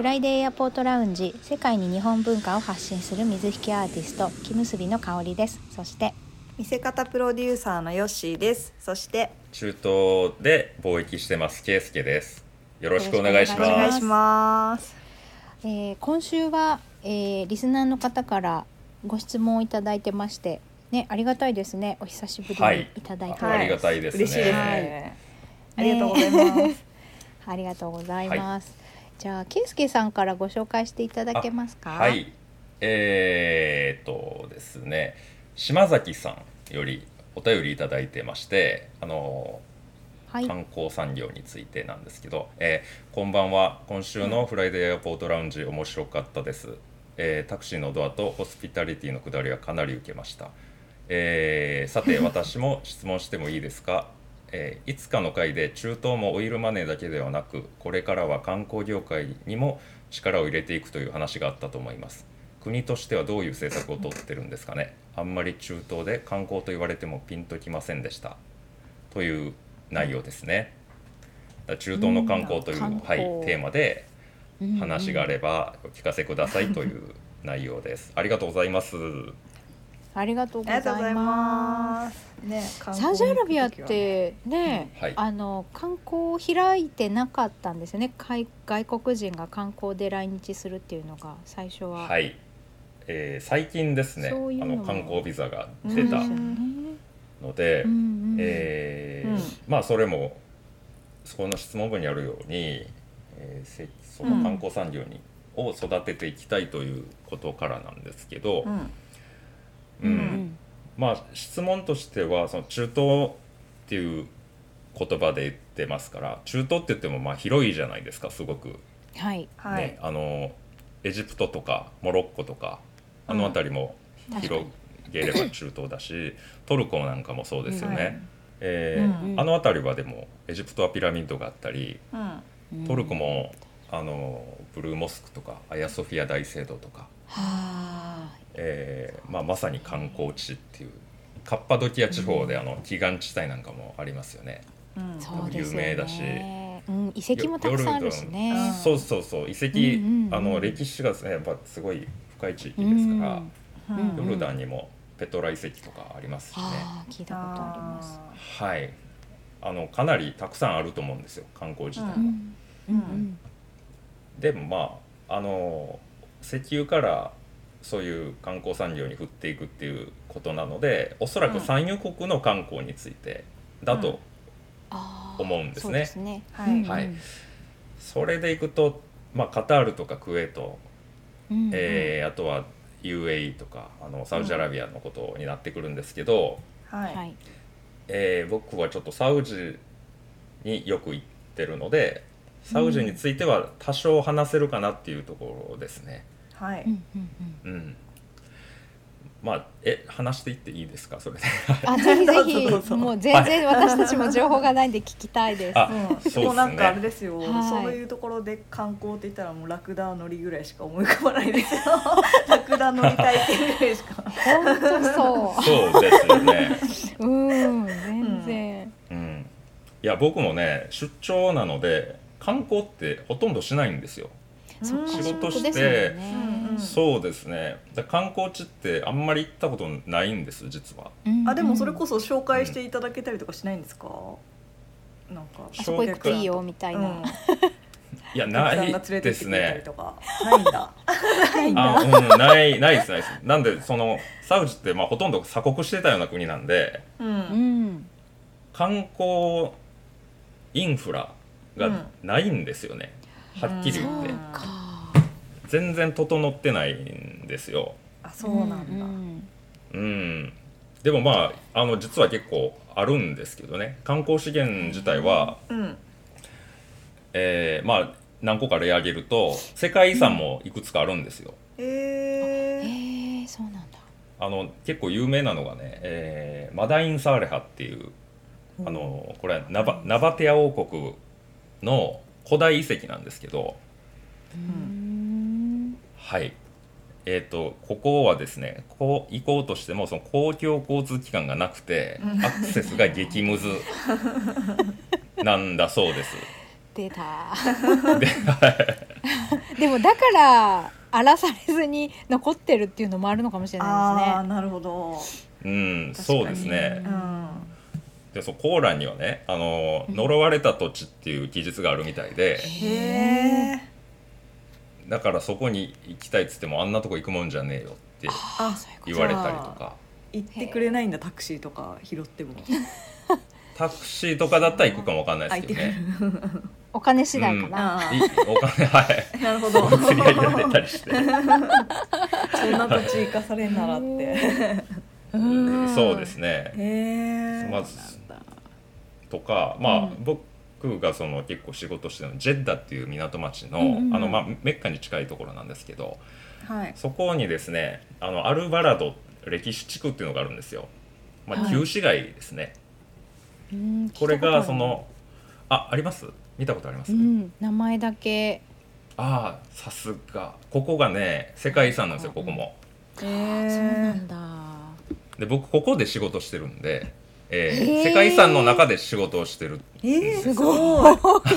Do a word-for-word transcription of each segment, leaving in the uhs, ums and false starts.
フライデーエアポートラウンジ、世界に日本文化を発信する水引アーティスト木結びの香りです。そして見せ方プロデューサーのヨッシーです。そして中東で貿易してますケイスケです。よろしくお願いします。 お願いします。 えー、今週は、えー、リスナーの方からご質問をいただいてまして、ね、ありがたいですね。お久しぶりにいただいて、 はい、ありがたいですね。 嬉しいですね。ありがとうございます。 ありがとうございます。 はい、 じゃあケイスケさんからご紹介していただけますか。 はい、えー、っとですね、島崎さんよりお便りいただいてまして、あの、はい、観光産業についてなんですけど、えー、こんばんは。今週のフライデーエアポートラウンジ面白かったです。えー、タクシーのドアとホスピタリティのくだりはかなり受けました。えー、さて私も質問してもいいですか。えー、いつかの回で中東もオイルマネーだけではなく、これからは観光業界にも力を入れていくという話があったと思います。国としてはどういう政策を取ってるんですかね。あんまり中東で観光と言われてもピンときませんでしたという内容ですね。中東の観光という、はい、テーマで話があればお聞かせくださいという内容です。ありがとうございます。 ありがとうございます。ね、サウジアラビアってね、はい、あの観光を開いてなかったんですよね。外国人が観光で来日するっていうのが最初は。 はい、えー、最近ですね。ううあの観光ビザが出たので、うんうん、えーうん、まあそれもその質問文にあるように、えー、その観光産業に、うん、を育てていきたいということからなんですけど。うんうんうん、まあ質問としてはその中東っていう言葉で言ってますから、中東って言ってもまあ広いじゃないですか、すごく、 はいね、あのエジプトとかモロッコとかあの辺りも広げれば中東だし、うん、トルコなんかもそうですよね、はいえーうんうん、あの辺りはでもエジプトはピラミッドがあったり、うん、トルコもあのブルーモスクとかアヤソフィア大聖堂とか、はえーまあ、まさに観光地っていうカッパドキア地方で、うん、あの奇岩地帯なんかもありますよね、うん、有名だし、 うん、遺跡もたくさんあるしね。 そうそうそう遺跡、うんうんうん、あの歴史がですねやっぱすごい深い地域ですから、うんうん、ヨルダンにもペトラ遺跡とかありますしね。 あ聞いたことあります。 はいあのかなりたくさんあると思うんですよ観光自体は、うんうんうん、でもまああの石油からそういう観光産業に振っていくっていうことなので、おそらく産油国の観光についてだと思うんですね。 そうですね、 はいはい、それでいくと、まあ、カタールとかクウェート、うんうんえー、あとは ユーエーイー とかあのサウジアラビアのことになってくるんですけど、うんはいえー、僕はちょっとサウジによく行ってるのでサウジについては多少話せるかなっていうところですね。 はい、 うんうんうんうん、まあえ話していっていいですかそれで。 あぜひぜひもう全然私たちも情報がないんで聞きたいです。 あ、うん、そうですね。もうなんかあれですよ、はい、そういうところで観光って言ったらもうラクダ乗りぐらいしか思い浮かばないですよ。ラクダ乗り体験ぐらいしか。 本当そうそうですよね。 うん全然、 うんうん、いや僕もね出張なので観光ってほとんどしないんですよ。仕事して、ねうんうん、そうですね観光地ってあんまり行ったことないんです実は、 うんうん、あでもそれこそ紹介していただけたりとかしないんですか、うん、なんかあそこ行くといいよみたいな、うん、 いやないですねないんだないんだあ、うん、ないないですないですなんでそのサウジってまあほとんど鎖国してたような国なんで、うん、観光インフラがないんですよね、うん、はっきり言って、うん、全然整ってないんですよ。 あ、そうなんだ。 うん。でもまああの実は結構あるんですけどね。観光資源自体は、うんえー、まあ何個か例挙げると世界遺産もいくつかあるんですよ。 うん、へえ、そうなんだ。 あの結構有名なのがね、えー、マダインサーレハっていう、うん、あのこれはナバ、ナバテア王国の古代遺跡なんですけど、うん、はいえーとここはですねこう行こうとしてもその公共交通機関がなくて、うん、アクセスが激ムズなんだそうです。 出たでもだから荒らされずに残ってるっていうのもあるのかもしれないですね。 あ、なるほど。 うん、そうですね、 うん、 でそうコーランにはねあの呪われた土地っていう記述があるみたいで、 へえ。 だからそこに行きたいっつってもあんなとこ行くもんじゃねえよって言われたりとか。 行ってくれないんだ、タクシーとか拾っても。 タクシーとかだったら行くかもわかんないですけどね。 お金次第かな、 うん、お金はいなるほど釣り上げられたりしてそんな土地生かされんならってうんそうですね。 へまずとかまあ、うん、僕がその結構仕事してるのジェッダっていう港町の、うんうん、あのまあメッカに近いところなんですけど、はい、そこにですねあのアルバラド歴史地区っていうのがあるんですよ。まあ、旧市街ですね、はい、これがそのああります見たことあります、うん、 名前だけ。 ああさすがここがね世界遺産なんですよここも。 へえそうなんだ。 で僕ここで仕事してるんで、えー、世界遺産の中で仕事をしてるんですよ。 えー、すご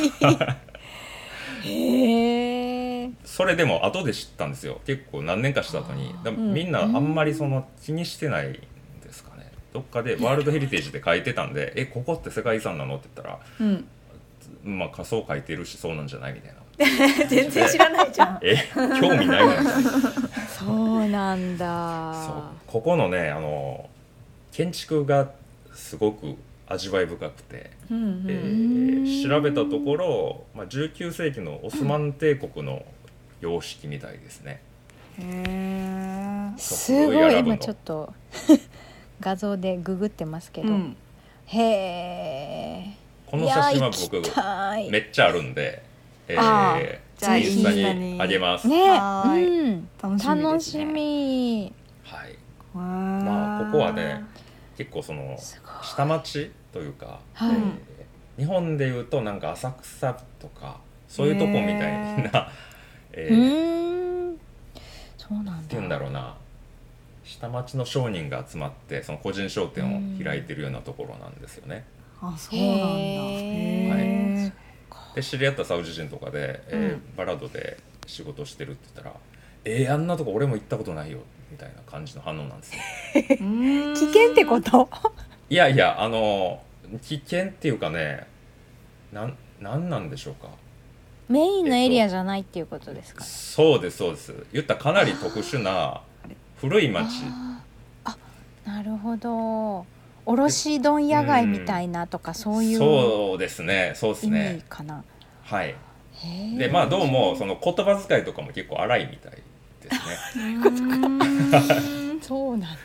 いへえ。 それでも後で知ったんですよ。結構何年かした後にみんなあんまりその気にしてないですかね。どっかでワールドヘリテージで書いてたんでえここって世界遺産なのって言ったら、うんまあ、そう書いてるしそうなんじゃないみたいな全然知らないじゃんえ興味ないのにそうなんだ。 そうここのねあの建築がすごく味わい深くて、うんうんえー、調べたところ、まあ、じゅうきゅう世紀のオスマン帝国の様式みたいですね。 へーすごい今ちょっと画像でググってますけど、うん、へーこの写真は僕めっちゃあるんで、えー、じゃあインスタにあげます。 ね、はい、うん、楽しみですね。楽しみ。 はい。まあここはね、結構その下町というか、はいえー、日本でいうとなんか浅草とかそういうとこみたいな、えー、うそうなんだ。っていうんだろうな。下町の商人が集まってその個人商店を開いてるようなところなんですよね。 あ、そうなんだ。へはい、で知り合ったサウジ人とかで、えー、バラドで仕事してるって言ったら「えー、あんなとこ俺も行ったことないよ」みたいな感じの反応なんですよ。 危険ってこと？ いやいやあの危険っていうかねなん、なんなんでしょうか。 メインのエリアじゃないっていうことですか、ねえっと、 そうですそうです。言ったらかなり特殊な古い町。 あ、なるほど。卸問屋街みたいなとか、うん、そういうそうですねそうですね意味かな。 はいでまあどうもその言葉遣いとかも結構荒いみたいですね。 そういうことかそうなんだ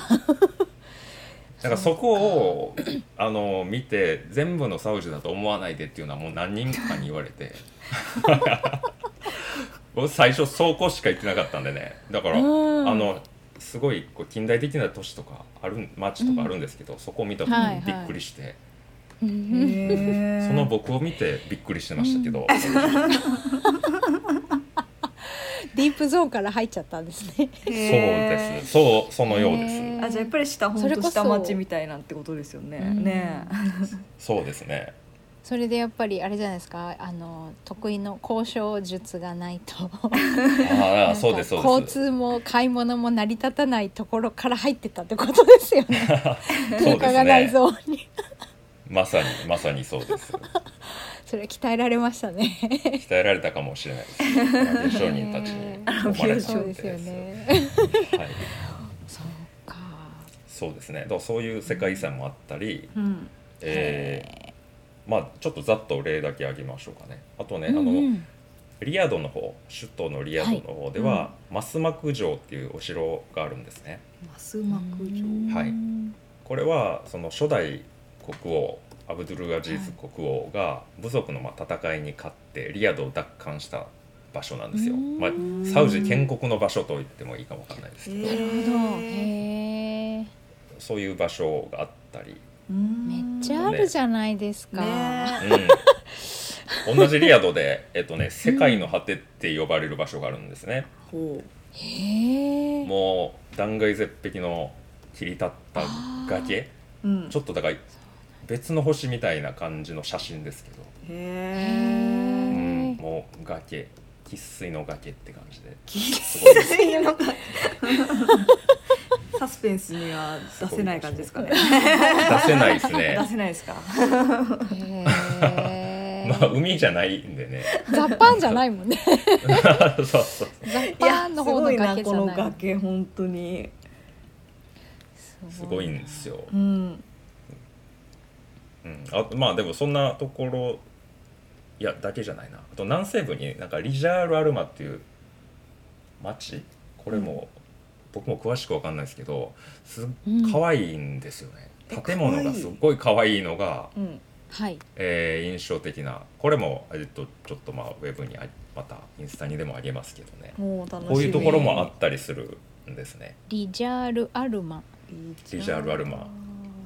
だからそこをあの見て全部のサウジだと思わないでっていうのはもう何人かに言われて僕最初倉庫しか行ってなかったんでね。だからあのすごいこう近代的な都市とかある町とかあるんですけど、うん、そこを見た時にびっくりして、はいはい、その僕を見てびっくりしてましたけど、うん、 ディープゾーンから入っちゃったんですね。 そうですそうそのようです。 あじゃあやっぱり下ほんと下町みたいなってことですよね。うん、ねそうですね。 それでやっぱりあれじゃないですかあの得意の交渉術がないとあそうですそうです。 交通も買い物も成り立たないところから入ってたってことですよね。経過がないゾーンにまさにまさにそうです。 それ鍛えられましたね。 鍛えられたかもしれないです。美少人たちに生まれたんですよね。はい。そうか。 そうですね。だからそういう世界遺産もあったり、うん、えーまあ、ちょっとざっと例だけ挙げましょうかね。あとね、うんうん、あのリヤドの方首都のリヤドの方では、はいうん、マスマク城っていうお城があるんですね。 マスマク城、 はい、これはその初代国王アブドゥル・アジーズ国王が部族のまあ戦いに勝ってリヤドを奪還した場所なんですよ。まあ、サウジ建国の場所と言ってもいいかもわかんないですけど、なるほどへーそういう場所があったりめっちゃあるじゃないですか、ねうん、同じリヤドで、えっとね、世界の果てって呼ばれる場所があるんですね、うん、へもう断崖絶壁の切り立った崖、うん、ちょっとだから別の星みたいな感じの写真ですけどへ、うん、もう崖生粋の崖って感じで生粋の崖サスペンスには出せない感じですかね。出せないですね。 出せないですか。 へまあ海じゃないんでね。 ザッパンじゃないもんね。 そうそうそう。 ザッパンの方の崖じゃない。 すごいなこの崖本当に。 すごいんですよ。 うん。 うん、あまあでもそんなところいやだけじゃないな。あと南西部になんかリジャール・アルマっていう町、これも、うん、僕も詳しく分かんないですけど、す可愛いんですよね、うん、建物がすっごい可愛いのが、 うんはいえー、印象的な。これも、えっと、ちょっとまあウェブにあまたインスタにでもあげますけどね、 もう楽しみ。 こういうところもあったりするんですね。 リジャール・アルマリジャール・アルマ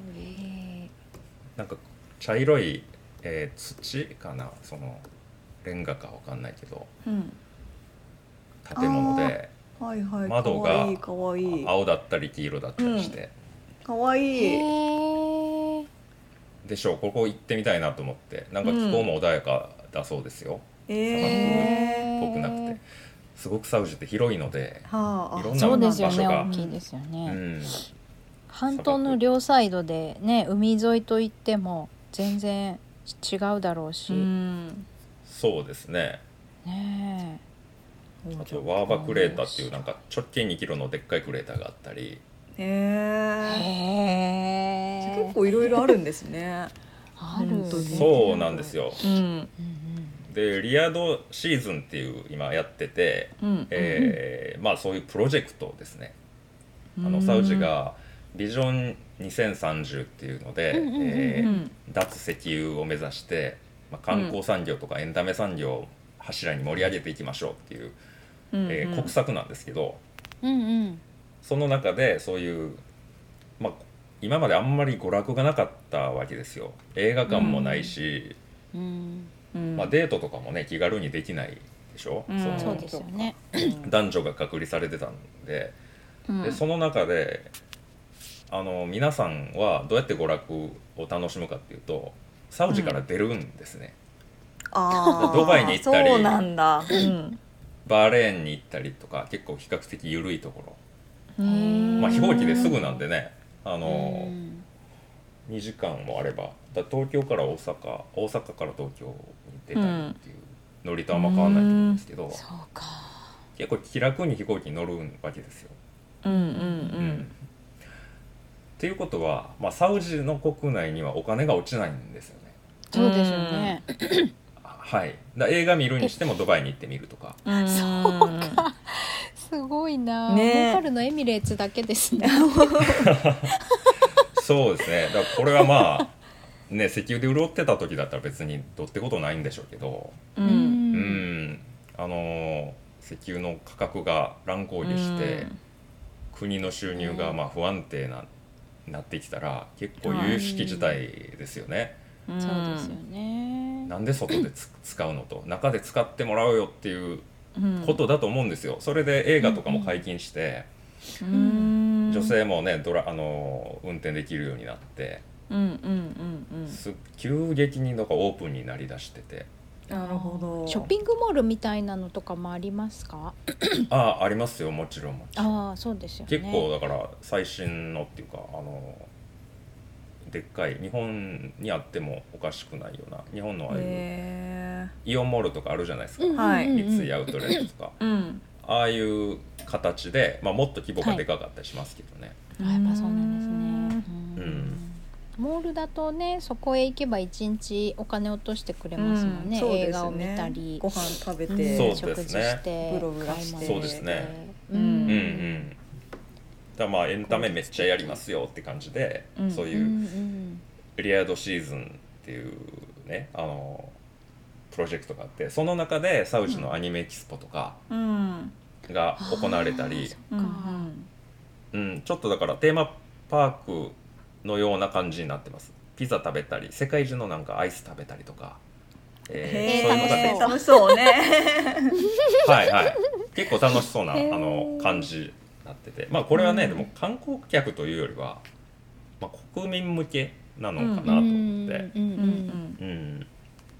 なんか茶色い、えー、土かな、そのレンガかわかんないけど、うん、建物で、 はいはい、 窓がかわいい青だったり黄色だったりして、 うん、かわいいでしょう。ここ行ってみたいなと思って。なんか気候も穏やかだそうですよ、 うん、えー、砂漠っぽくなくてすごくサウジって広いので、 はあ、 いろんな場所が、 そうですよね、大きいですよね、 うん、 半島の両サイドでね、海沿いといっても全然違うだろうし、うん、 そうですね。 ねえ、あとワーバクレーターっていうなんか直径にキロのでっかいクレーターがあったり、 へえ、結構いろいろあるんですね。 ある、 そうなんですよ、 うん、 でリヤドシーズンっていう今やってて、うんえーまあ、そういうプロジェクトですね。あのサウジがビジョンにせんさんじゅうっていうので、うんうんうんうんえー、脱石油を目指して、まあ、観光産業とかエンタメ産業を柱に盛り上げていきましょうっていう、うんうんえー、国策なんですけど、 うんうん、その中でそういう、まあ、今まであんまり娯楽がなかったわけですよ。映画館もないし、うんうんまあ、デートとかもね気軽にできないでしょ、 うん、そのそうですよね男女が隔離されてたんで、うん、でその中であの皆さんはどうやって娯楽を楽しむかっていうとサウジから出るんですね、うん、あドバイに行ったりそうなんだ、うん、 バーレーンに行ったりとか結構比較的緩いところ、まあ、飛行機ですぐなんでね、あのにじかんもあればだ東京から大阪大阪から東京に出たりっていう乗りとあんま変わんないと思うんですけど、 そうか結構気楽に飛行機に乗るわけですよ。 うんうんうん、 うんっていうことは、まあ、サウジの国内にはお金が落ちないんですよね。 そうですよねはい、だ映画見るにしてもドバイに行ってみるとかそうかすごいな、ね、儲かるのエミレーツだけですねそうですね。だからこれはまあね石油で潤ってた時だったら別にどうってことないんでしょうけど、うん、うんあの石油の価格が乱高下して、国の収入がまあ不安定ななってきたら結構由々しき事態ですよね、 うん、そうですよね。 なんで外でつ使うのと中で使ってもらうよっていうことだと思うんですよ。それで映画とかも解禁して、うん、女性もねドラあの運転できるようになって、うんうんうんうん、す急激になんかオープンになりだしてて。 なるほど。 ショッピングモールみたいなのとかもありますか？ ああ、ありますよ、もちろんもちろん。 ああ、そうですよね。 結構だから最新のっていうかあのでっかい日本にあってもおかしくないような日本のああいうイオンモールとかあるじゃないですか、 はい、 三井アウトレットとか、うん、ああいう形で、まあ、もっと規模がでかかったりしますけどね、 はい、やっぱそうなんですね。うん、うんモールだとねそこへ行けば一日お金落としてくれますもんね、うん、映画を見たりご飯食べて、 うん、そうですね、 食事してブログしてそうですね、うんうんうんだまあエンタメめっちゃやりますよって感じで、うん、そういうリアードシーズンっていうねあのプロジェクトがあってその中でサウジのアニメエキスポとかが行われたり、うんうん、ちょっとだからテーマパークのような感じになってます。ピザ食べたり世界中のなんかアイス食べたりとか、 えー、そういうのがで楽しそうねはいはい結構楽しそうなあの感じになってて、まあこれはね、うん、でも観光客というよりは、まあ、国民向けなのかなと思って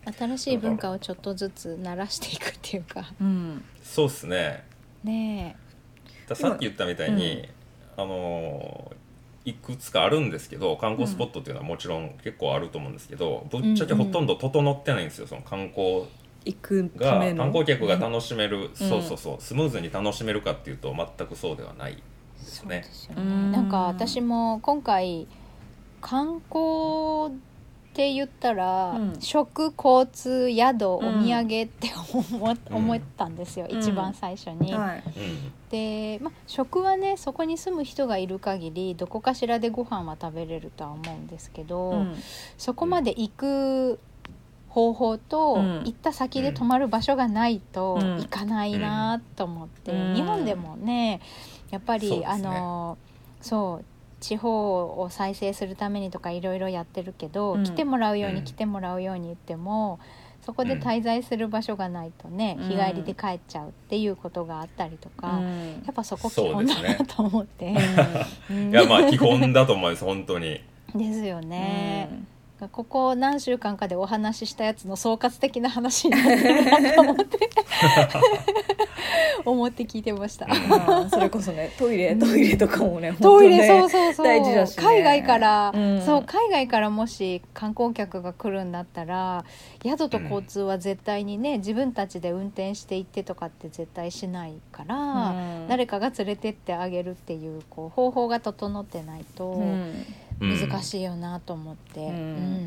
新しい文化をちょっとずつ慣らしていくっていうか、 うん、 そうですね。 ねえださっき言ったみたいに、うん、あのいくつかあるんですけど、観光スポットっていうのはもちろん結構あると思うんですけど、ぶっちゃけほとんど整ってないんですよ、その観光行くがための観光客が楽しめる、 うん、 そうそうそうスムーズに楽しめるかっていうと全くそうではないですね。 そうですよね。なんか私も今回観光って言ったら、うん、食、交通、宿、お土産って思、うん、思ったんですよ、うん、一番最初に、はい、で、ま、食はねそこに住む人がいる限りどこかしらでご飯は食べれるとは思うんですけど、うん、そこまで行く方法と、うん、行った先で泊まる場所がないと行かないなと思って、うん、日本でもねやっぱり、ね、あのそう地方を再生するためにとかいろいろやってるけど、うん、来てもらうように来てもらうように言っても、うん、そこで滞在する場所がないとね、うん、日帰りで帰っちゃうっていうことがあったりとか、うん、やっぱそこ基本だなと思って、ねうん、いやまあ基本だと思います本当にですよね、うんここ何週間かでお話ししたやつの総括的な話になってるなと思って思って聞いてましたそれこそねトイレトイレとかもねトイレ、ね、そうそうそう大事だし、ね、 海外から、うん、そう海外からもし観光客が来るんだったら宿と交通は絶対にね、うん、自分たちで運転して行ってとかって絶対しないから、うん、誰かが連れてってあげるっていう、こう方法が整ってないと、うん難しいよなと思って、うんうん、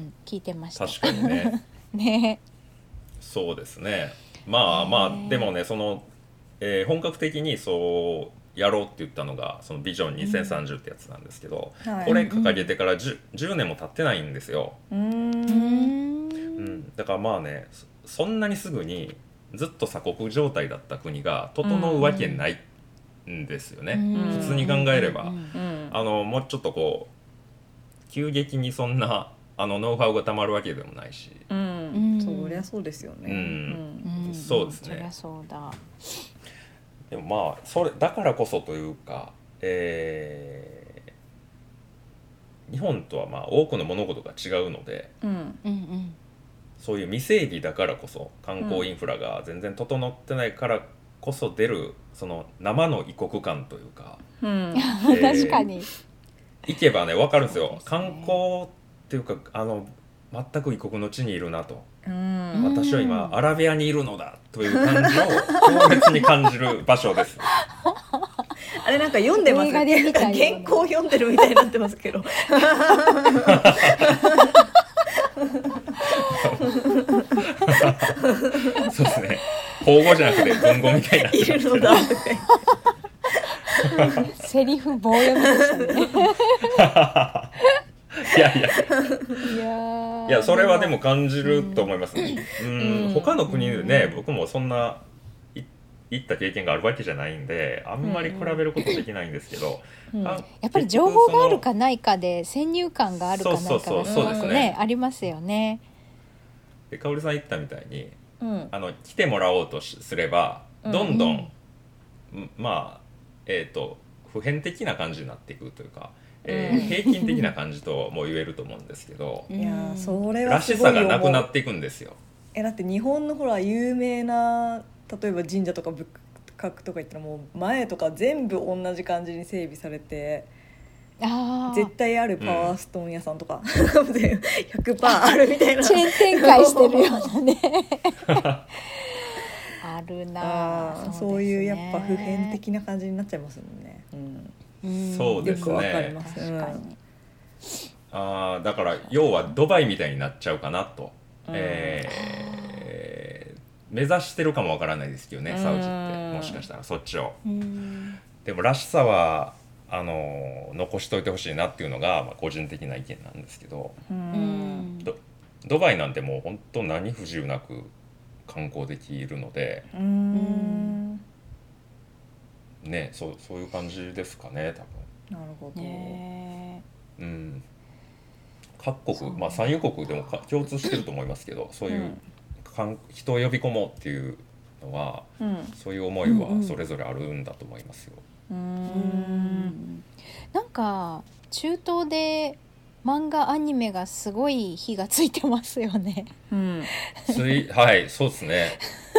聞いてました。 確かにねねそうですね。まあまあでもねその、えー、本格的にそうやろうって言ったのがそのビジョンにせんさんじゅうってやつなんですけど、うん、これ掲げてから 10, じゅうねんも経ってないんですよ。うん、うん、だからまあねそんなにすぐにずっと鎖国状態だった国が整うわけないんですよね、うん、普通に考えれば、うん、あのもうちょっとこう急激にそんなあのノウハウがたまるわけでもないし、 うん、そりゃそうですよね、 うんうん、そうですね、 そりゃそうだ。 でもまあそれだからこそというか、えー、日本とはまあ多くの物事が違うので、うんうん、そういう未整備だからこそ観光インフラが全然整ってないからこそ出るその生の異国感というか、 うんえー、確かに行けばね分かるんですよ。観光っていうかあの全く異国の地にいるなと、うん、私は今アラビアにいるのだという感じを強烈に感じる場所ですあれなんか読んでます原稿読んでるみたいになってますけどそうですね口語じゃなくて文語みたいになってますけどいるのだとかセリフ棒読みでしたねいやいやいやいやそれはでも感じると思いますね、うん、うん他の国でね、うん、僕もそんな行った経験があるわけじゃないんであんまり比べることできないんですけど、 うんうん、やっぱり情報があるかないかで先入観があるかないかがすごくねありますよね。 で香織さん言ったみたいに、うん、あの来てもらおうとすればどんどん、うん、まあえーと普遍的な感じになっていくというか、えー、平均的な感じとも言えると思うんですけどいやそれはらしさがなくなっていくんですよ。 えだって日本のほら有名な例えば神社とか仏閣とか行ったらもう前とか全部同じ感じに整備されてあ絶対あるパワーストーン屋さんとか、うん、ひゃくパーセント あるみたいなチェーン展開してるようなねあるなあ そう, そういうやっぱ普遍的な感じになっちゃいますもんね、 うん、そうですねよくわかります、確かに、うん、あだから要はドバイみたいになっちゃうかなと、うんえー、目指してるかもわからないですけどねサウジってもしかしたらそっちを、うん、でもらしさはあの残しといてほしいなっていうのが、まあ、個人的な意見なんですけど、うん、ド, ドバイなんてもう本当何不自由なく観光できるので、うーんね、そう、そういう感じですかね多分。なるほど、ねうん、各国、まあ、産油国でも共通してると思いますけどそういう、うん、人を呼び込もうっていうのは、うん、そういう思いはそれぞれあるんだと思いますよ、うんうん、 うんなんか中東で漫画アニメがすごい火がついてますよね。 うん、 ついはいそうですね。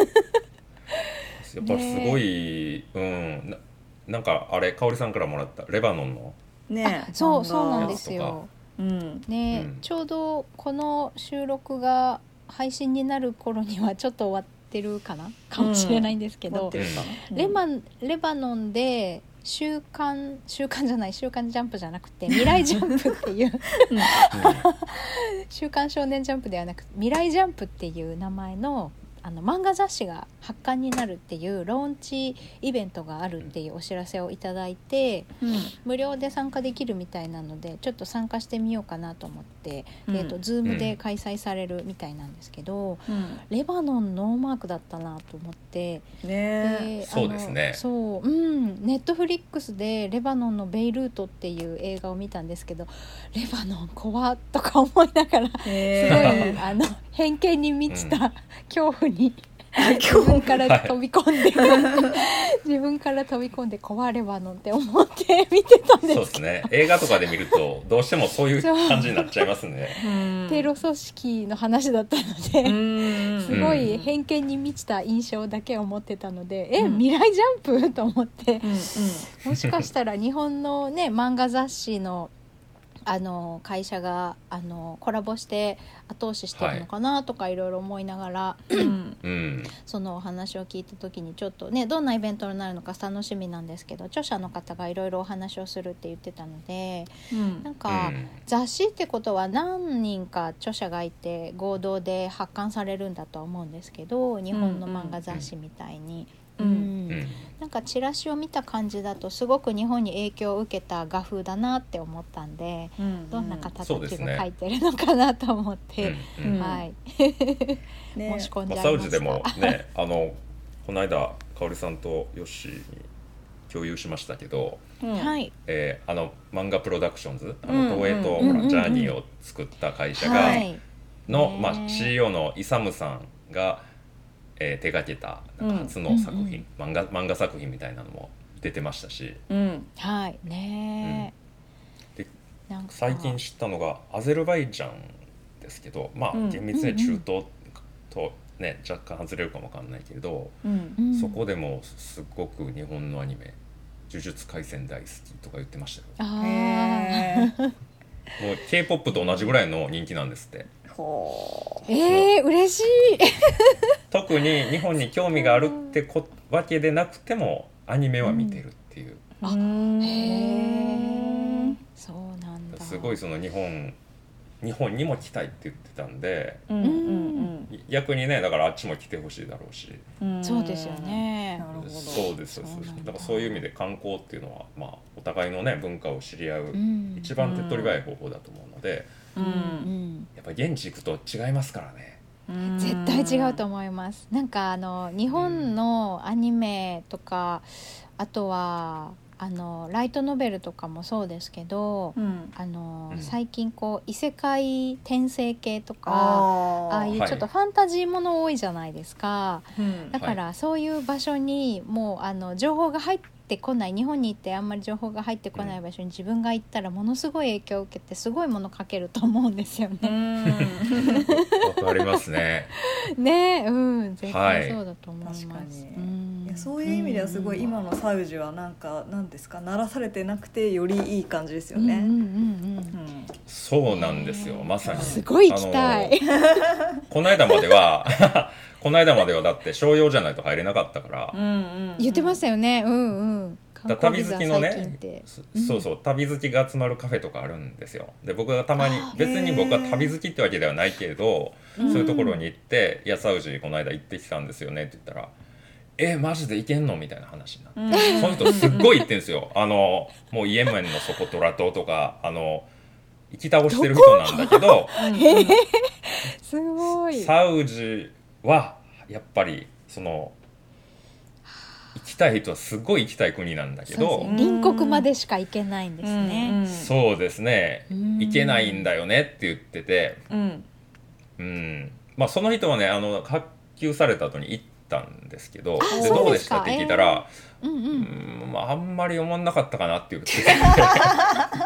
やっぱりすごい、ね、うんな、なんかあれ香織さんからもらったレバノンのね、 そうそうなんですよ。 うんね、うん、ちょうどこの収録が配信になる頃にはちょっと終わってるかなかもしれないんですけど、うん、レバレバノンで週刊週刊じゃない週刊ジャンプじゃなくて未来ジャンプっていう、うん、週刊少年ジャンプではなく未来ジャンプっていう名前のあの漫画雑誌が発刊になるっていうローンチイベントがあるっていうお知らせをいただいて、うん、無料で参加できるみたいなのでちょっと参加してみようかなと思って、うんえー、と Zoom で開催されるみたいなんですけど、うん、レバノンノーマークだったなと思って、 ね、 でそうですねそう、うん、ネットフリックスでレバノンのベイルートっていう映画を見たんですけどレバノン怖っとか思いながらすごいあの偏見に満ちた、うん、恐怖に自分から飛び込んで、はい、自分から飛び込んで壊ればのって思って見てたんですけど、 そうですね映画とかで見るとどうしてもそういう感じになっちゃいますね。 テロ組織の話だったのですごい偏見に満ちた印象だけを持ってたので、うん、え未来ジャンプと思って、うんうん、もしかしたら日本のね漫画雑誌のあの会社があのコラボして後押ししてるのかなとかいろいろ思いながら、はい、そのお話を聞いた時にちょっとねどんなイベントになるのか楽しみなんですけど著者の方がいろいろお話をするって言ってたので、うん、なんか、うん、雑誌ってことは何人か著者がいて合同で発刊されるんだとは思うんですけど日本の漫画雑誌みたいに。うんうん、なんかチラシを見た感じだとすごく日本に影響を受けた画風だなって思ったんで、うんうん、どんな方たちが書いてるのかなと思って、うんうん、はいね、申し込んじゃいました。 サウジでもねあのこの間香織さんとヨッシーに共有しましたけど、うんえー、あの漫画プロダクションズあの東映と、うんうん、ジャーニーを作った会社が、はいの、まあ、シーイーオー のイサムさんがえー、手掛けたなんか初の作品、うんうんうん、漫画、漫画作品みたいなのも出てましたし、 うん、はいね、 うん、で最近知ったのがアゼルバイジャンですけど、まあ、厳密に中東と、ね、若干外れるかもわかんないけれど、うんうん、そこでもすごく日本のアニメ呪術廻戦大好きとか言ってましたよ。あもう K-ポップ と同じぐらいの人気なんですって。 えー、嬉しい特に日本に興味があるってこわけでなくてもアニメは見てるっていう、うん、あへえそうなんだ。 すごいその日本日本にも来たいって言ってたんで、うんうんうん、逆にねだからあっちも来てほしいだろうし、 うん、そうですよね。 なるほどそうですそうです。だからそういう意味で観光っていうのは、まあ、お互いのね文化を知り合う、うん、一番手っ取り早い方法だと思うので、うんうん、やっぱり現地行くと違いますからね。 絶対違うと思います。なんかあの日本のアニメとか、うん、あとはあのライトノベルとかもそうですけど、うん、あの、うん、最近こう異世界転生系とか あ, ああいうちょっとファンタジーもの多いじゃないですか、はい、だからそういう場所にもうあの情報が入ってこない日本に行ってあんまり情報が入ってこない場所に自分が行ったらものすごい影響を受けてすごいもの書けると思うんですよね。 わかりますね。 ねえ、うん、絶対そうだと思います。はい、 うん、いやそういう意味ではすごい今のサウジはなんかなんですか鳴らされてなくてよりいい感じですよね。うんうんうんうん、 そうなんですよまさに。 すごい行きたい。 この間まではこの間まではだって商用じゃないと入れなかったから、うんうんうん、言ってましたよね。うんうん。 だ旅好きのね、うん、そうそう旅好きが集まるカフェとかあるんですよ。で僕がたまに別に僕は旅好きってわけではないけど、そういうところに行って「いやサウジこの間行ってきたんですよね」って言ったら「えマジで行けんの?」みたいな話になって、うん、その人すっごい行ってんですよ。あのもうイエメンのソコトラ島とかあの行き倒してる人なんだけどすごいサウジはやっぱりその行きたい人はすごい行きたい国なんだけど、 ね、隣国までしか行けないんですね。 うんうん、そうですね行けないんだよねって言ってて、うんうん、まあその人はねあの発給された後に行ったんですけどでどうでしたって聞いたら、えーうんうんうんまあ、あんまり思わなかったかなって言ってて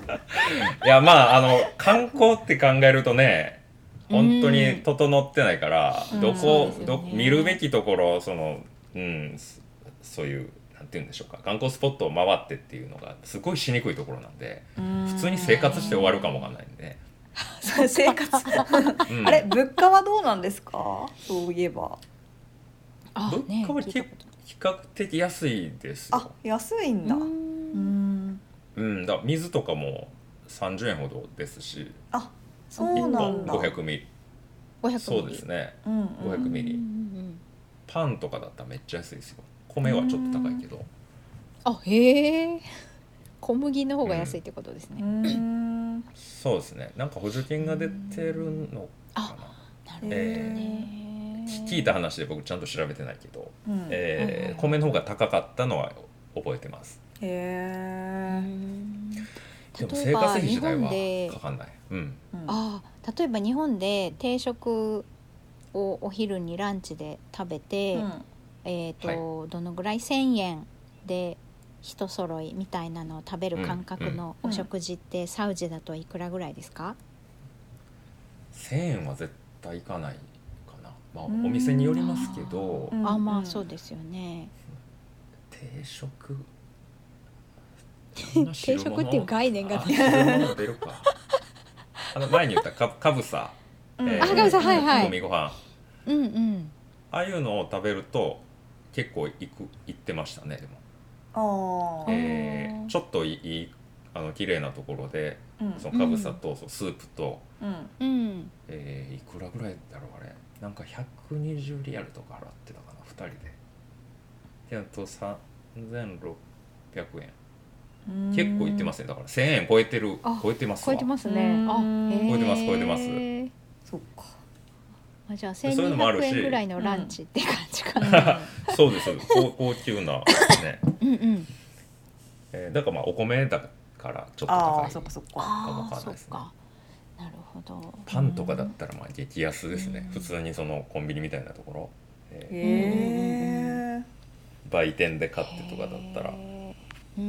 いやまああの観光って考えるとね本当に整ってないから、うん、どこ、うん、ど見るべきところその、うん、そういうなんて言うんでしょうか観光スポットを回ってっていうのがすごいしにくいところなんで、普通に生活して終わるかもわかんないんで生活、うん、あれ物価はどうなんですか？そういえば物価は比較的安いですよ。 あ、安いんだ。うん、 うん、だ水とかもさんじゅうえんほどですし、 あ、そうなんだ。 ごひゃくミリ、 ごひゃくミリ、 そうですね、 うんうん、 ごひゃくミリ、うんうん、パンとかだったらめっちゃ安いですよ。米はちょっと高いけど、 あ、へえ、小麦の方が安いってことですね。 うん、 そうですね。なんか補助金が出てるのかな。 なるほどね、 えー、聞いた話で僕ちゃんと調べてないけど、 うん、 えー、米の方が高かったのは覚えてます。 へえ。 でも生活費自体はかかんない。うん、 あ、例えば日本で定食をお昼にランチで食べて、うん、えーとはい、どのぐらいせんえんで一揃いみたいなのを食べる感覚のお食事ってサウジだといくらぐらいですか？ せんえんは絶対いかないかな、まあ、お店によりますけど、 ああ、まあそうですよね。 定食定食っていう概念が出るかあの前に言ったかかぶさ、 うんえー、あ、かぶさ、はいはい、 煮込みご飯、 うんうん、 ああいうのを食べると結構いくいってましたね。でも、 あ、 えー、ちょっといいあの綺麗なところで、うん、そのかぶさと、うん、スープと、 うんえー、いくらぐらいだろうあれ、なんかひゃくにじゅうリアルとか払ってたかなふたりで。であとさんぜんろっぴゃくえん、結構いってますね。だからせんえん超えてる、超えてますわ。 超えてますね。あ、 超えてます超えてます。 そっか。 あ、じゃあせんにひゃくえんぐらいのランチって感じかな。うん、そうです。高, 高級なね。 うんうん。 えー、だからまあお米だからちょっと高いかもわかんないですね。 あ、そっかそっか。なるほど。 パンとかだったらまあ激安ですね。普通にそのコンビニみたいなところ、 えー、へー、 売店で買ってとかだったら。うん、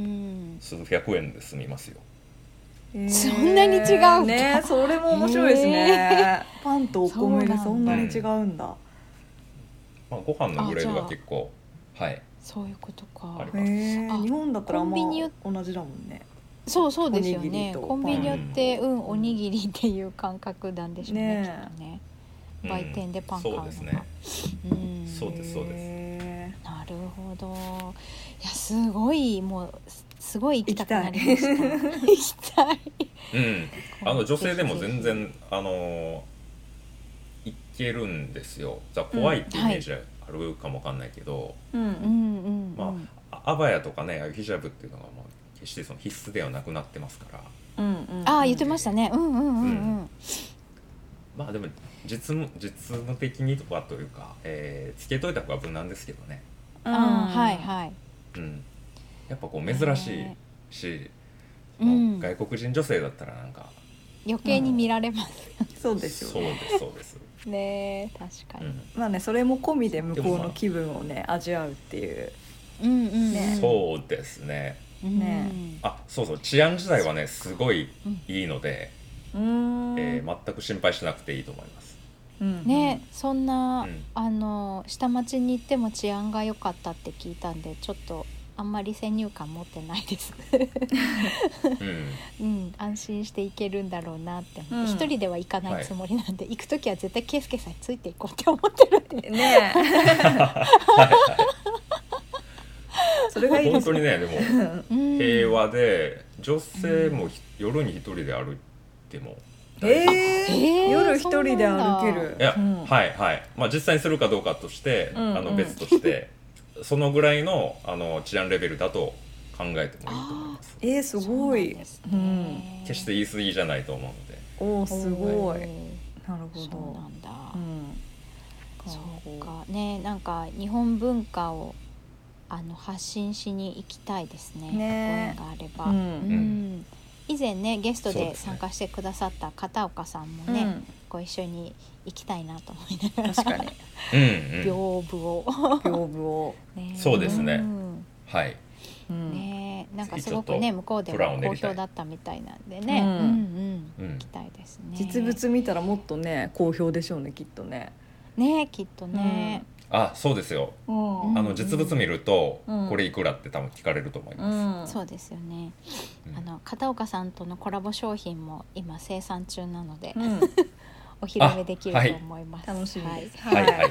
数百円で済みますよ。 えー、そんなに違うね。それも面白いですね。えー、パンとお米でそんなに違うんだ。 まあ、ご飯のグレードが結構、はい、 そういうことか。 あります。えー、日本だったらまあ同じだもんね。 そうそうですよね。コンビニによってうんおにぎりっていう感覚なんでしょうね、ね、きっとね。売店でパン買うのが、うん、そうですね。うん、 そうですそうです。 なるほど。いや、すごいもうすごい行きたくなりました。行きたい。 うん。あの女性でも全然あの行けるんですよ。じゃ怖いっていうイメージあるかもわかんないけど、 うんうんうん、 まあアバヤとかね、ヒジャブっていうのがもう決してその必須ではなくなってますから。 うんうんうん、ああ言ってましたね。うんうんうんうん。うん、 まあでも実務実務的にとかというか、えー、つけといた方が無難ですけどね。 うん、はいはい。 うん、やっぱこう珍しいし、うん、外国人女性だったらなんか余計に見られます、 うん、そうですよね。 そうですそうですね、確かに、うん、 まあね、それも込みで向こうの気分をね味わうっていう、 うんうんね、そうですね。 ね、 あ、そうそう、治安自体はねすごいいいので、 うん、 えー、全く心配しなくていいと思います。 うん、ね、そんな、うん、あの下町に行っても治安が良かったって聞いたんで、ちょっとあんまり先入観持ってないです、うんうん、安心して行けるんだろうなって思って、うん、一人では行かないつもりなんで、はい、行くときは絶対ケイスケさんについていこうって思ってるんでねそれがいいです。 本当にね、でも平和で女性も夜に一人で歩いてもえーえー、夜一人で歩ける。 いや、うん、はいはい、まあ、実際にするかどうかとして、うんうん、あの別としてそのぐらい の, あの治安レベルだと考えてもいいと思います。 えー、すごい、ね、 うん、 決して言い過ぎじゃないと思うので。 おー、すごい、なるほど。 そうなんだ、 うん、 そうかね。なんか日本文化をあの発信しに行きたいですね、 ね、 ご縁があれば、 うんうん、以前ねゲストで参加してくださった片岡さんもね、うん、ご一緒に行きたいなと思いながら、 確かに屏風を屏風を、 ね、 そうですね、うん、はい、 ね、 なんかすごくね向こうでも好評だったみたいなんでね、うんうんうん、行きたいですね。 実物見たらもっとね好評でしょうねきっとね。 ねきっとね、 うん、あそうですよ、うん、あの実物見ると、うん、これいくらって多分聞かれると思います、うん、そうですよね、うん、あの片岡さんとのコラボ商品も今生産中なので、うん、お披露目できると思います、 はい、楽しみです、 はいはい、はい、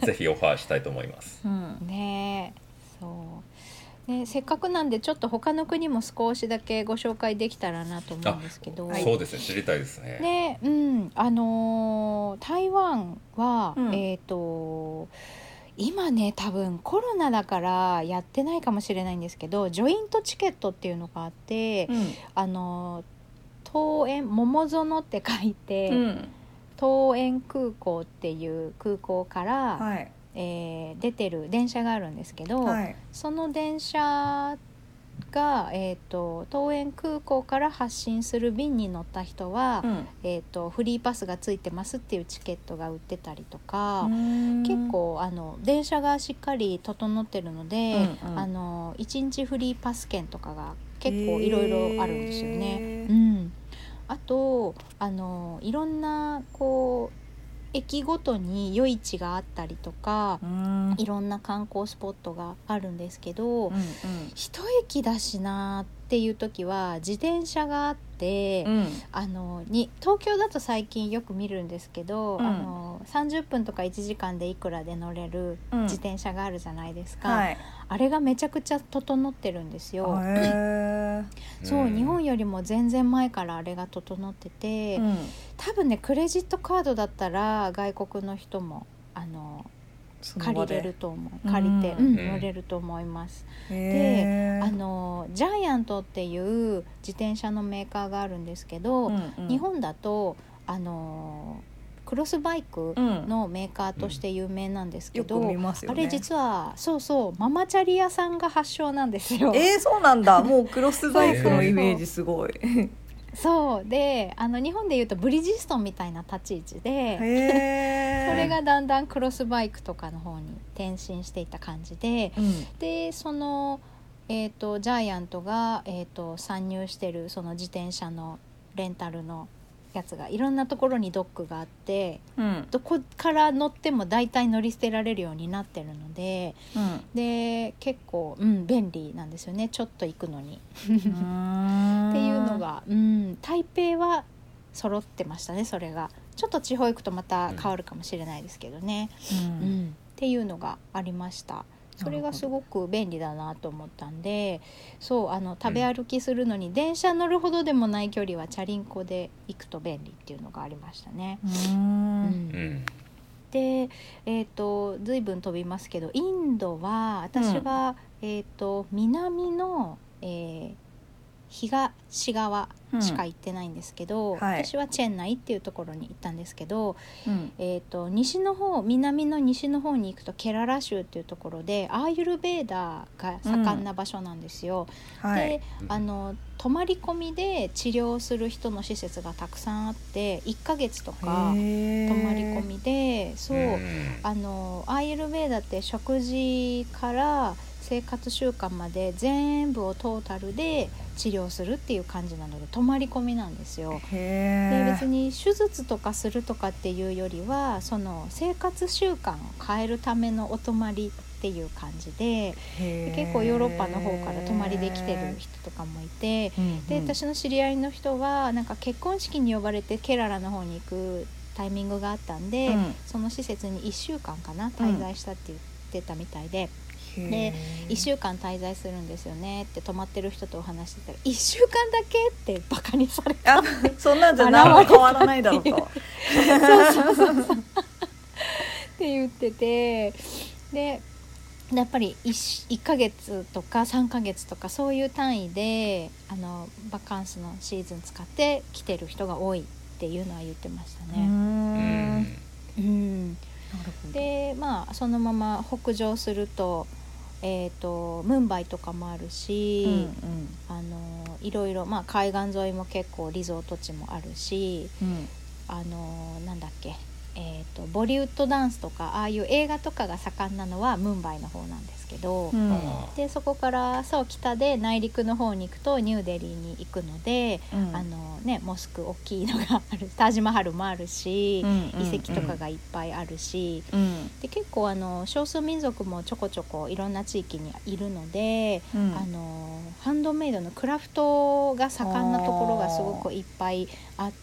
ぜひオファーしたいと思います、 うん、ねそうね、せっかくなんでちょっと他の国も少しだけご紹介できたらなと思うんですけど。 そうですね、知りたいですね。 ね、うん、あのー、台湾は、うん、えっと今ね多分コロナだからやってないかもしれないんですけど、ジョイントチケットっていうのがあって、うん、あの桃園桃園って書いて、うん、桃園空港っていう空港から、はい、えー、出てる電車があるんですけど、はい、その電車が、えーと、桃園空港から発進する便に乗った人は、うん、えーと、フリーパスがついてますっていうチケットが売ってたりとか、結構あの電車がしっかり整ってるので、うんうん、あのいちにちフリーパス券とかが結構いろいろあるんですよね、うん、あとあのいろんなこう駅ごとに夜市があったりとか、うん、いろんな観光スポットがあるんですけど、うんうん、一駅だしなっていう時は自転車があって、うん、あのに東京だと最近よく見るんですけど、うん、あのさんじゅっぷんとかいちじかんでいくらで乗れる自転車があるじゃないですか、うんはい、あれがめちゃくちゃ整ってるんですよ。そう、日本よりも全然前からあれが整ってて、うん、多分ねクレジットカードだったら外国の人もあの借りれると思う借りて、うんうん、乗れると思います。であのジャイアントっていう自転車のメーカーがあるんですけど、うんうん、日本だとあのクロスバイクのメーカーとして有名なんですけど、うんうんよく見ますよね、あれ実はそうそうママチャリ屋さんが発祥なんですよ。 えー、そうなんだ。もうクロスバイクのイメージすごいそうであの日本でいうとブリヂストンみたいな立ち位置でそれがだんだんクロスバイクとかの方に転身していった感じで、うん、でその、えーと、ジャイアントが、えーと、参入してるその自転車のレンタルのやつがいろんなところにドックがあって、うん、どこから乗っても大体乗り捨てられるようになってるので、うん、で結構、うん、便利なんですよね、ちょっと行くのにっていうのが、うん、台北は揃ってましたね。それがちょっと地方行くとまた変わるかもしれないですけどね、うんうん、っていうのがありました。それがすごく便利だなと思ったんで、そうあの食べ歩きするのに、うん、電車乗るほどでもない距離はチャリンコで行くと便利っていうのがありましたね。うん、うん、で、えーと、随分飛びますけどインドは私は、うんえーと、南の、えー東側しか行ってないんですけど、うんはい、私はチェンナイっていうところに行ったんですけど、うんえー、と西の方南の西の方に行くとケララ州っていうところでアーユルベーダが盛んな場所なんですよ、うんはい、であの泊まり込みで治療する人の施設がたくさんあっていっかげつとか泊まり込みでそう、うん、あのアーユルベーダって食事から生活習慣まで全部をトータルで治療するっていう感じなので泊まり込みなんですよ。で別に手術とかするとかっていうよりはその生活習慣を変えるためのお泊まりっていう感じ で, で結構ヨーロッパの方から泊まりで来てる人とかもいて、うんうん、で私の知り合いの人はなんか結婚式に呼ばれてケララの方に行くタイミングがあったんで、うん、その施設にいっしゅうかんかな滞在したって言ってたみたいで、うん、でいっしゅうかん滞在するんですよねって泊まってる人とお話してたらいっしゅうかんだけってバカにされた。 あそんなんじゃ何も変わらないだろうとそうそうそうそうって言っててでやっぱり 1, いっかげつとかさんかげつとかそういう単位であのバカンスのシーズン使って来てる人が多いっていうのは言ってましたね。うーんうんでまあそのまま北上するとえー、とムンバイとかもあるし、うんうん、あのいろいろ、まあ、海岸沿いも結構リゾート地もあるし、うん、あのなんだっけ、えー、とボリウッドダンスとかああいう映画とかが盛んなのはムンバイの方なんですけど、 うん、 でそこからそう北で内陸の方に行くとニューデリーに行くので、うん、あのね、モスク大きいのがある、タージマハルもあるし、うんうんうん、遺跡とかがいっぱいあるし、うん、で結構あの少数民族もちょこちょこいろんな地域にいるので、うん、あのハンドメイドのクラフトが盛んなところがすごくいっぱいあって、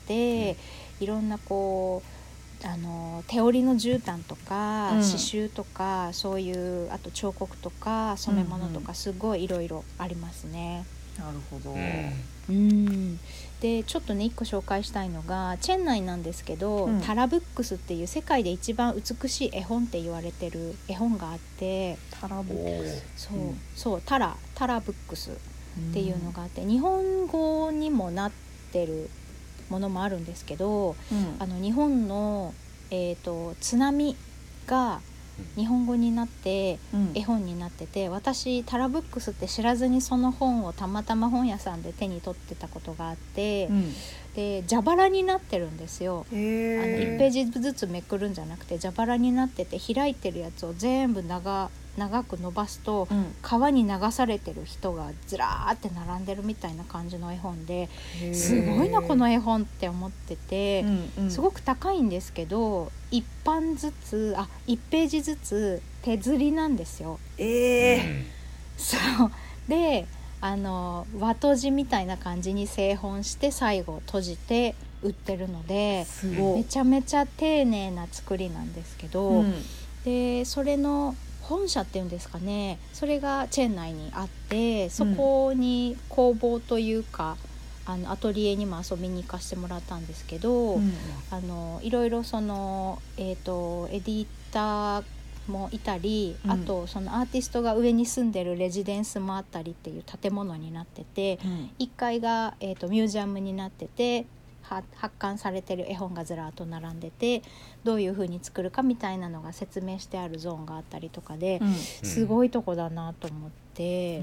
うん、いろんなこうあの手織りの絨毯とか、うん、刺繍とかそういうあと彫刻とか染め物とかすごいいろいろありますね。 なるほど、 うん、でちょっとね一個紹介したいのがチェンナイなんですけど、うん、タラブックスっていう世界で一番美しい絵本って言われてる絵本があって、 タラブックス、 そう、うん、そうタラタラブックスっていうのがあって、日本語にもなってるものもあるんですけど、うん、あの日本の、えーと、津波が日本語になって絵本になってて、うん、私タラブックスって知らずにその本をたまたま本屋さんで手に取ってたことがあって、うん、で蛇腹になってるんですよ。あのいちページずつめくるんじゃなくて蛇腹になってて、開いてるやつを全部長長く伸ばすと、うん、川に流されてる人がずらーって並んでるみたいな感じの絵本で、すごいなこの絵本って思ってて、うんうん、すごく高いんですけどいっぱんずつあいちページずつ手刷りなんですよ。 えー、 そうであの和綴じみたいな感じに製本して最後閉じて売ってるので、 すごいめちゃめちゃ丁寧な作りなんですけど、うん、でそれの本社っていうんですかね、それがチェン内にあって、そこに工房というか、うん、あのアトリエにも遊びに行かせてもらったんですけど、うん、あのいろいろその、えーと、エディターもいたり、うん、あとそのアーティストが上に住んでるレジデンスもあったりっていう建物になってて、うん、いっかいが、えーと、ミュージアムになってて発刊されてる絵本がずらっと並んでて、どういう風に作るかみたいなのが説明してあるゾーンがあったりとかで、うん、すごいとこだなと思って、うん、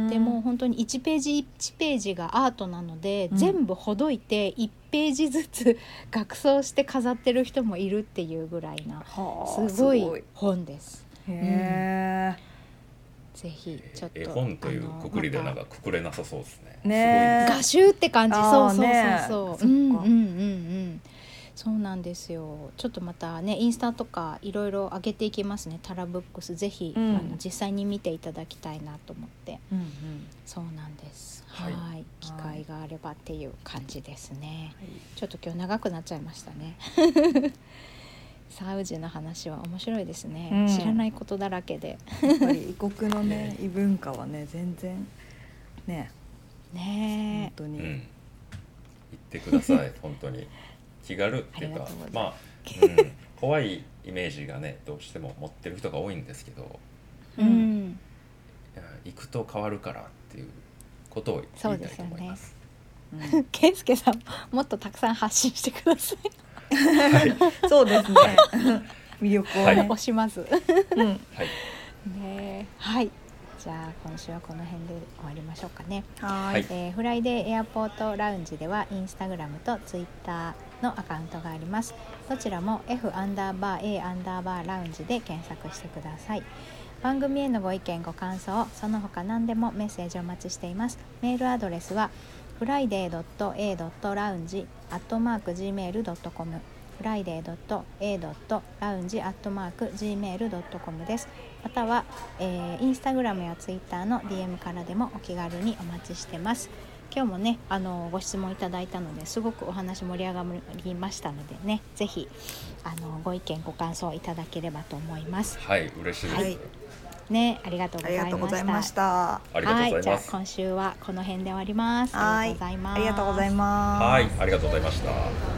でも本当にいちページいちページがアートなので、うん、全部ほどいていちページずつ額装して飾ってる人もいるっていうぐらいな、すごい本です。 へー、 ぜひちょっと絵本というくくりでなんかくくれなさそうですね。 ね、画集って感じ。そうそうそうそう、うんうんうんうん、そうなんですよ。ちょっとまたねインスタとかいろいろ上げていきますね。タラブックスぜひ、うん、あの実際に見ていただきたいなと思って、うんうん、そうなんです。はい、はい、機会があればっていう感じですね、はい、ちょっと今日長くなっちゃいましたねサウジの話は面白いですね、うん、知らないことだらけでやっぱり異国のね異文化はね全然ねね本当に、うん、 行ってください本当に気軽っていうかまあ、うん、怖いイメージがねどうしても持ってる人が多いんですけど、 うん、 いや行くと変わるからっていうことを言いたいと思います。 ケンスケさんもっとたくさん発信してくださいはい、そうですね魅力をね、 はい、押します、 うん、はいね、はい、じゃあ今週はこの辺で終わりましょうかね。 はい、 えー、フライデーエアポートラウンジではインスタグラムとツイッターのアカウントがあります。どちらも F アンダーバー A アンダーバーラウンジで検索してください。番組へのご意見ご感想その他何でもメッセージをお待ちしています。メールアドレスは フライデードットエードットラウンジアットマークジーメールドットコム フライデードットエードットラウンジアットマークジーメールドットコム です。または、えー、インスタグラムやツイッターの ディーエム からでもお気軽にお待ちしてます。今日もねあのご質問いただいたのですごくお話盛り上がりましたのでね、ぜひあのご意見ご感想いただければと思います。 はい、嬉しいです、はいね、ありがとうございました。 ありがとうございます。 はい、じゃあ今週はこの辺で終わります。ありがとうございます。 ありがとうございます。 はい、ありがとうございました。